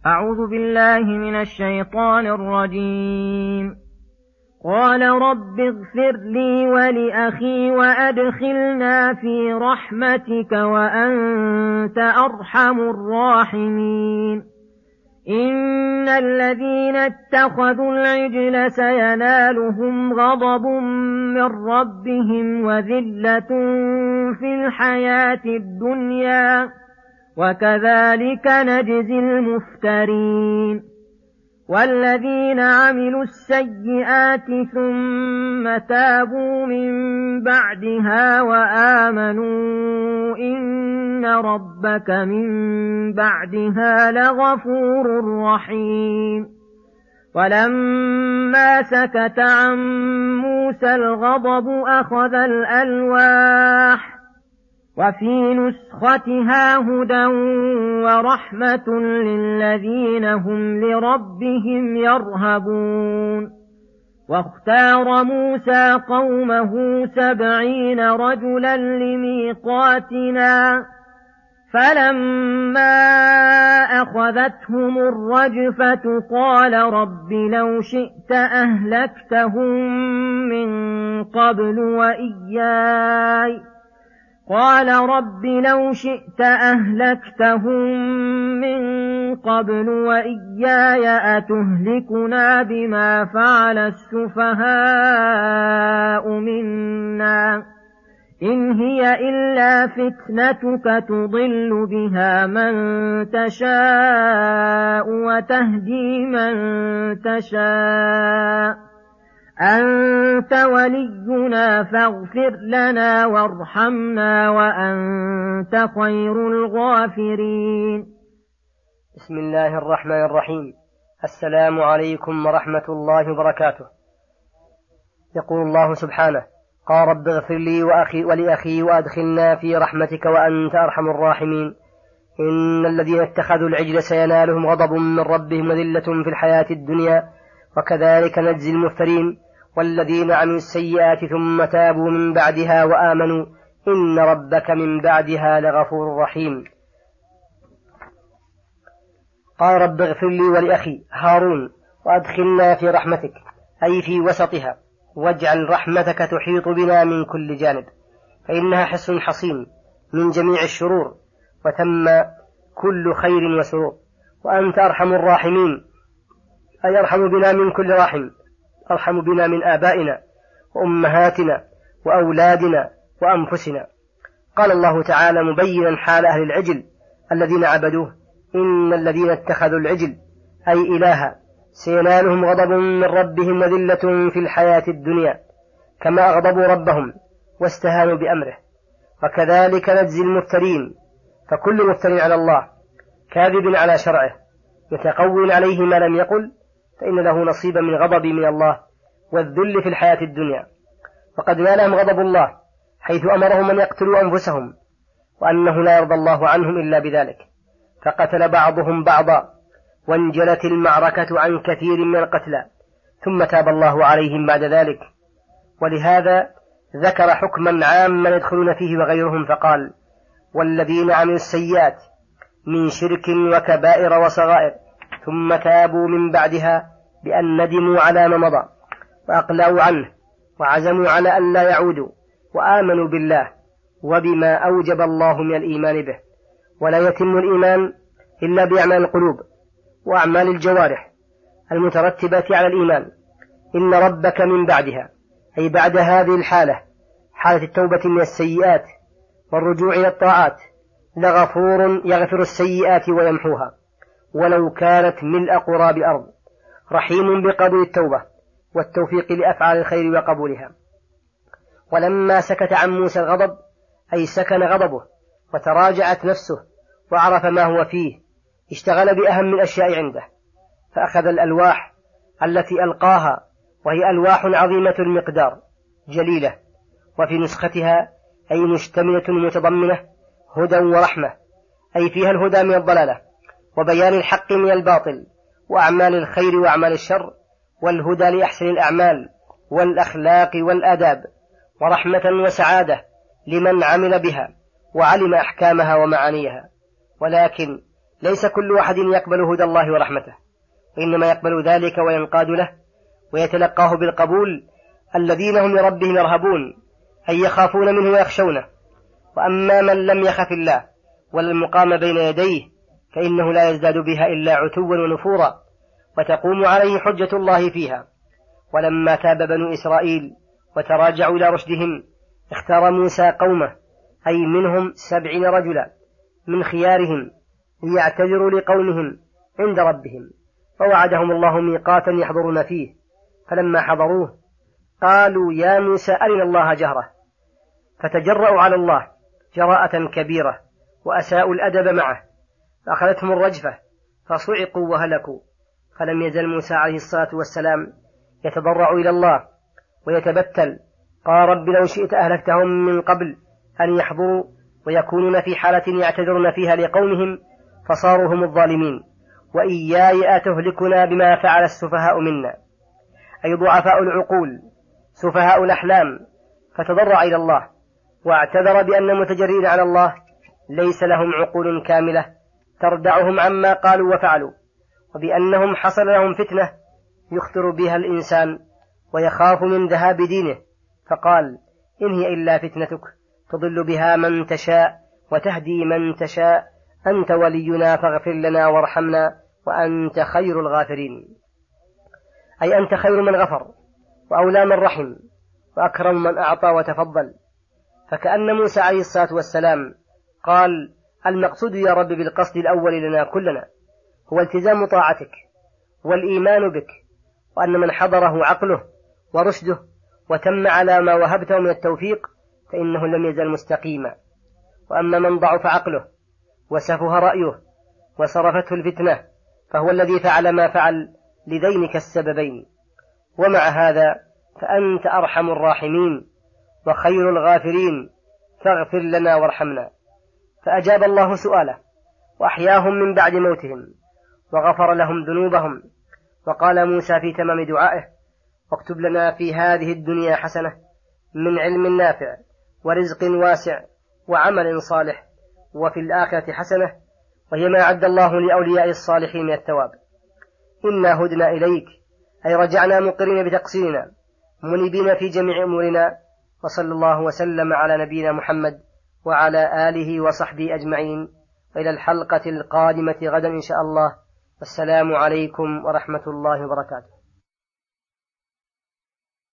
أعوذ بالله من الشيطان الرجيم. قال رب اغفر لي ولأخي وأدخلنا في رحمتك وأنت أرحم الراحمين. إن الذين اتخذوا العجل سينالهم غضب من ربهم وذلة في الحياة الدنيا وكذلك نجزي المفترين. والذين عملوا السيئات ثم تابوا من بعدها وآمنوا إن ربك من بعدها لغفور رحيم. ولما سكت عن موسى الغضب أخذ الألواح وفي نسختها هدى ورحمة للذين هم لربهم يرهبون. واختار موسى قومه 70 رجلا لميقاتنا فلما أخذتهم الرجفة قال رب لو شئت أهلكتهم من قبل وإياي أتهلكنا بما فعل السفهاء منا إن هي إلا فتنتك تضل بها من تشاء وتهدي من تشاء أنت ولينا فاغفر لنا وارحمنا وأنت خير الغافرين. بسم الله الرحمن الرحيم. السلام عليكم ورحمة الله وبركاته. يقول الله سبحانه: قال رب اغفر لي ولأخي وأدخلنا في رحمتك وأنت أرحم الراحمين. إن الذين اتخذوا العجل سينالهم غضب من ربهم وذلة في الحياة الدنيا وكذلك نجزي المفترين. والذين عملوا السيئات ثم تابوا من بعدها وآمنوا إن ربك من بعدها لغفور رحيم. قال رب اغفر لي ولأخي هارون وأدخلنا في رحمتك، أي في وسطها، واجعل رحمتك تحيط بنا من كل جانب، فإنها حصن حصين من جميع الشرور وثم كل خير وسرور. وأنت أرحم الراحمين، أي أرحم بنا من كل راحم، أرحم بنا من آبائنا وأمهاتنا وأولادنا وأنفسنا. قال الله تعالى مبينا حال أهل العجل الذين عبدوه: إن الذين اتخذوا العجل أي إلها سينالهم غضب من ربهم وذلة في الحياة الدنيا، كما أغضبوا ربهم واستهانوا بأمره. وكذلك نجزي المفترين، فكل مفتر على الله كاذب على شرعه متقول عليه ما لم يقل فإن له نصيبا من غضب من الله والذل في الحياة الدنيا. وقد نالهم غضب الله حيث أمرهم أن يقتلوا أنفسهم، وأنه لا يرضى الله عنهم إلا بذلك، فقتل بعضهم بعضا وانجلت المعركة عن كثير من القتلى، ثم تاب الله عليهم بعد ذلك. ولهذا ذكر حكما عاما يدخلون فيه وغيرهم فقال: والذين عملوا السيئات من شرك وكبائر وصغائر ثم تابوا من بعدها بأن ندموا على ما مضى وأقلعوا عنه وعزموا على أن لا يعودوا وآمنوا بالله وبما أوجب الله من الإيمان به. ولا يتم الإيمان إلا بأعمال القلوب وأعمال الجوارح المترتبة على الإيمان. إن ربك من بعدها، أي بعد هذه الحالة، حالة التوبة من السيئات والرجوع إلى الطاعات، لغفور يغفر السيئات ويمحوها ولو كانت ملء قراب الأرض، رحيم بقبول التوبة والتوفيق لأفعال الخير وقبولها. ولما سكت عن موسى الغضب، أي سكن غضبه وتراجعت نفسه وعرف ما هو فيه، اشتغل بأهم الأشياء عنده، فأخذ الألواح التي ألقاها، وهي ألواح عظيمة المقدار جليلة، وفي نسختها أي مشتملة متضمنة هدى ورحمة، أي فيها الهدى من الضلالة وبيان الحق من الباطل وأعمال الخير وأعمال الشر، والهدى لأحسن الأعمال والأخلاق والآداب، ورحمة وسعادة لمن عمل بها وعلم أحكامها ومعانيها. ولكن ليس كل واحد يقبل هدى الله ورحمته، وإنما يقبل ذلك وينقاد له ويتلقاه بالقبول الذين هم لربهم يرهبون، أي يخافون منه ويخشونه. وأما من لم يخف الله ولا المقام بين يديه فإنه لا يزداد بها إلا عتوا ونفورا، وتقوم عليه حجة الله فيها. ولما تاب بنو إسرائيل وتراجعوا إلى رشدهم اختار موسى قومه، أي منهم 70 رجلا من خيارهم ليعتذروا لقومهم عند ربهم، فوعدهم الله ميقاتا يحضرون فيه. فلما حضروه قالوا يا موسى أرنا الله جهرة، فتجرأوا على الله جراءة كبيرة وأساءوا الأدب معه، فأخذتهم الرجفة فصعقوا وهلكوا. فلم يزل موسى عليه الصلاة والسلام يتضرع إلى الله ويتبتل، قال رب لو شئت أهلكتهم من قبل أن يحضروا ويكونون في حالة يعتذرون فيها لقومهم فصاروا هم الظالمين، وإياي أتهلكنا بما فعل السفهاء منا، أي ضعفاء العقول سفهاء الأحلام. فتضرع إلى الله واعتذر بأن المتجرئين على الله ليس لهم عقول كاملة تردعهم عما قالوا وفعلوا، وبأنهم حصل لهم فتنة يخطر بها الإنسان ويخاف من ذهاب دينه، فقال إن هي إلا فتنتك تضل بها من تشاء وتهدي من تشاء، أنت ولينا فاغفر لنا وارحمنا وأنت خير الغافرين، أي أنت خير من غفر وأولى من رحم وأكرم من أعطى وتفضل. فكأن موسى عليه الصلاة والسلام قال المقصود يا رب بالقصد الأول لنا كلنا هو التزام طاعتك والإيمان بك، وأن من حضره عقله ورشده وتم على ما وهبته من التوفيق فإنه لم يزل مستقيما. وأما من ضعف عقله وسفه رأيه وصرفته الفتنة فهو الذي فعل ما فعل لذينك السببين. ومع هذا فأنت أرحم الراحمين وخير الغافرين، فاغفر لنا وارحمنا. فأجاب الله سؤاله وأحياهم من بعد موتهم وغفر لهم ذنوبهم. وقال موسى في تمام دعائه واكتب لنا في هذه الدنيا حسنة من علم نافع ورزق واسع وعمل صالح، وفي الآخرة حسنة وهي ما أعد الله لأولياء الصالحين من الثواب. إنا هدنا إليك، أي رجعنا مقرين بتقصيرنا منيبين في جميع أمورنا. وصلى الله وسلم على نبينا محمد وعلى آله وصحبه أجمعين، وإلى الحلقة القادمة غدا إن شاء الله. والسلام عليكم ورحمة الله وبركاته.